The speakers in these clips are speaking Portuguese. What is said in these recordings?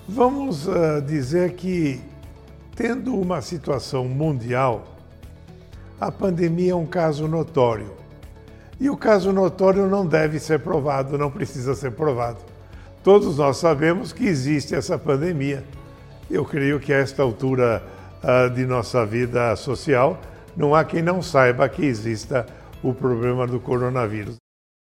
Vamos dizer que, tendo uma situação mundial, a pandemia é um caso notório. E o caso notório não deve ser provado, não precisa ser provado. Todos nós sabemos que existe essa pandemia. Eu creio que a esta altura de nossa vida social, não há quem não saiba que exista o problema do coronavírus.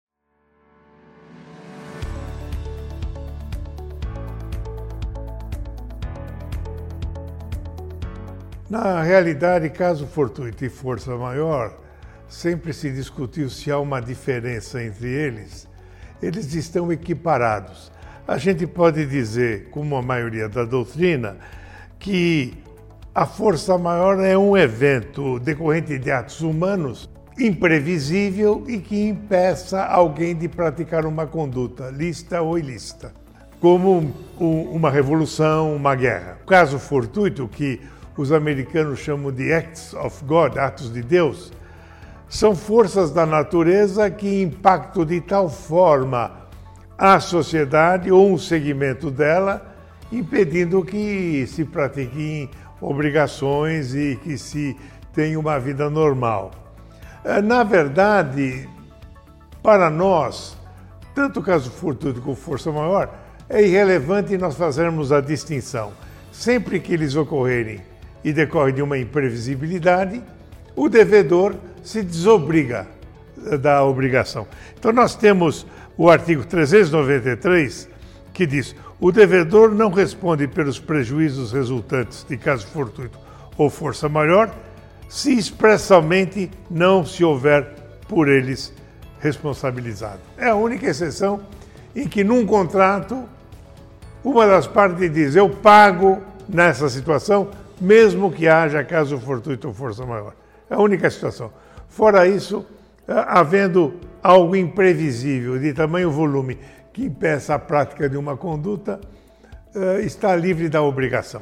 Na realidade, caso fortuito e força maior, sempre se discutiu se há uma diferença entre eles. Eles estão equiparados. A gente pode dizer, como a maioria da doutrina, que a força maior é um evento decorrente de atos humanos imprevisível e que impeça alguém de praticar uma conduta, lícita ou ilícita, como uma revolução, uma guerra. O caso fortuito, que os americanos chamam de acts of God, atos de Deus, são forças da natureza que impactam de tal forma a sociedade ou um segmento dela, impedindo que se pratiquem obrigações e que se tenha uma vida normal. Na verdade, para nós, tanto o caso fortuito como força maior, é irrelevante nós fazermos a distinção. Sempre que eles ocorrerem e decorre de uma imprevisibilidade, o devedor se desobriga da obrigação. Então nós temos o artigo 393, que diz: o devedor não responde pelos prejuízos resultantes de caso fortuito ou força maior, se expressamente não se houver por eles responsabilizado. É a única exceção em que num contrato uma das partes diz: eu pago nessa situação, mesmo que haja caso fortuito ou força maior. É a única situação. Fora isso, havendo algo imprevisível de tamanho volume que impeça a prática de uma conduta, está livre da obrigação.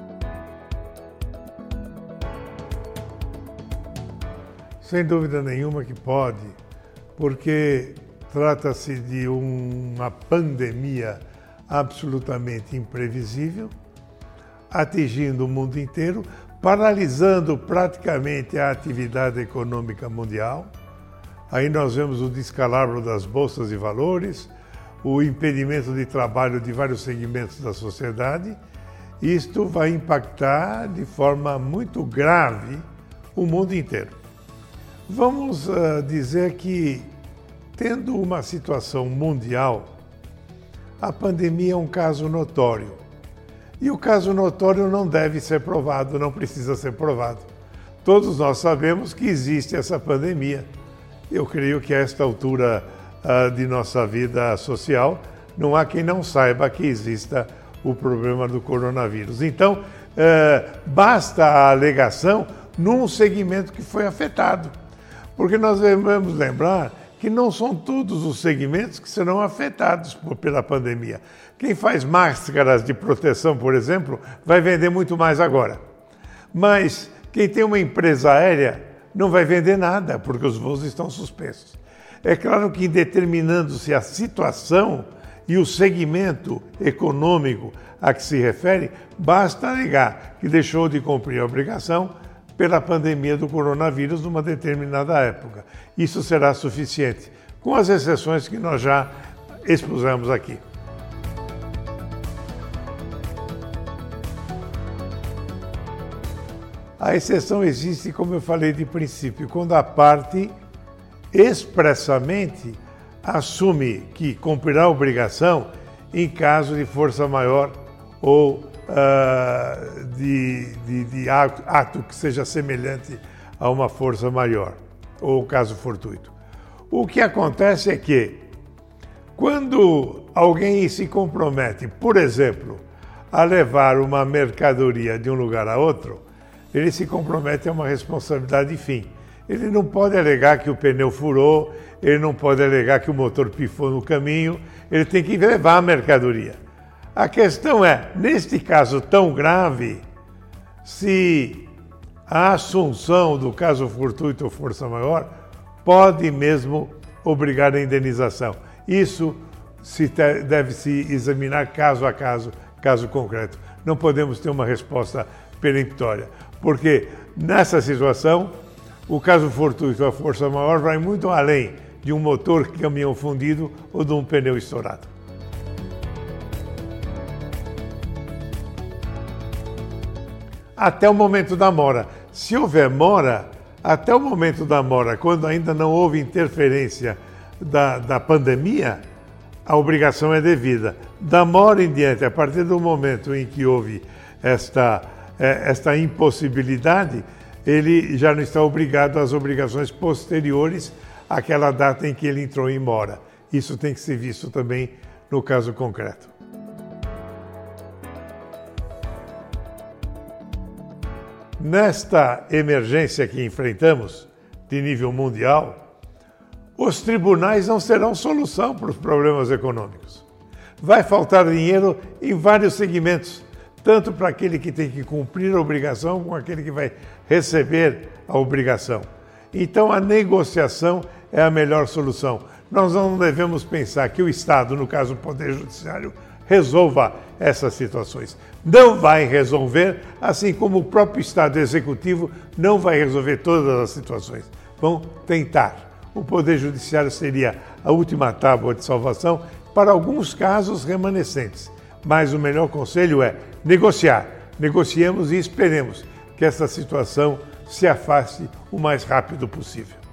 Sem dúvida nenhuma que pode, porque trata-se de uma pandemia absolutamente imprevisível, atingindo o mundo inteiro, paralisando praticamente a atividade econômica mundial. Aí nós vemos o descalabro das bolsas de valores, o impedimento de trabalho de vários segmentos da sociedade. Isto vai impactar de forma muito grave o mundo inteiro. Vamos dizer que, tendo uma situação mundial, a pandemia é um caso notório. E o caso notório não deve ser provado, não precisa ser provado. Todos nós sabemos que existe essa pandemia. Eu creio que a esta altura de nossa vida social, não há quem não saiba que exista o problema do coronavírus. Então, basta a alegação num segmento que foi afetado. Porque nós devemos lembrar que não são todos os segmentos que serão afetados pela pandemia. Quem faz máscaras de proteção, por exemplo, vai vender muito mais agora. Mas quem tem uma empresa aérea não vai vender nada, porque os voos estão suspensos. É claro que, determinando-se a situação e o segmento econômico a que se refere, basta alegar que deixou de cumprir a obrigação pela pandemia do coronavírus numa determinada época. Isso será suficiente, com as exceções que nós já expusemos aqui. A exceção existe, como eu falei de princípio, quando a parte expressamente assume que cumprirá a obrigação em caso de força maior ou de ato que seja semelhante a uma força maior, ou caso fortuito. O que acontece é que, quando alguém se compromete, por exemplo, a levar uma mercadoria de um lugar a outro, ele se compromete a uma responsabilidade fim. Ele não pode alegar que o pneu furou, ele não pode alegar que o motor pifou no caminho, ele tem que levar a mercadoria. A questão é, neste caso tão grave, se a assunção do caso fortuito ou força maior pode mesmo obrigar a indenização. Isso deve-se examinar caso a caso, caso concreto. Não podemos ter uma resposta peremptória, porque nessa situação, o caso fortuito, a força maior, vai muito além de um motor de caminhão fundido ou de um pneu estourado. Até o momento da mora. Se houver mora, até o momento da mora, quando ainda não houve interferência da pandemia, a obrigação é devida. Da mora em diante, a partir do momento em que houve esta impossibilidade, ele já não está obrigado às obrigações posteriores àquela data em que ele entrou em mora. Isso tem que ser visto também no caso concreto. Nesta emergência que enfrentamos, de nível mundial, os tribunais não serão solução para os problemas econômicos. Vai faltar dinheiro em vários segmentos, tanto para aquele que tem que cumprir a obrigação, como aquele que vai receber a obrigação. Então, a negociação é a melhor solução. Nós não devemos pensar que o Estado, no caso o Poder Judiciário, resolva essas situações. Não vai resolver, assim como o próprio Estado Executivo não vai resolver todas as situações. Vão tentar. O Poder Judiciário seria a última tábua de salvação para alguns casos remanescentes. Mas o melhor conselho é negociar. Negociemos e esperemos que essa situação se afaste o mais rápido possível.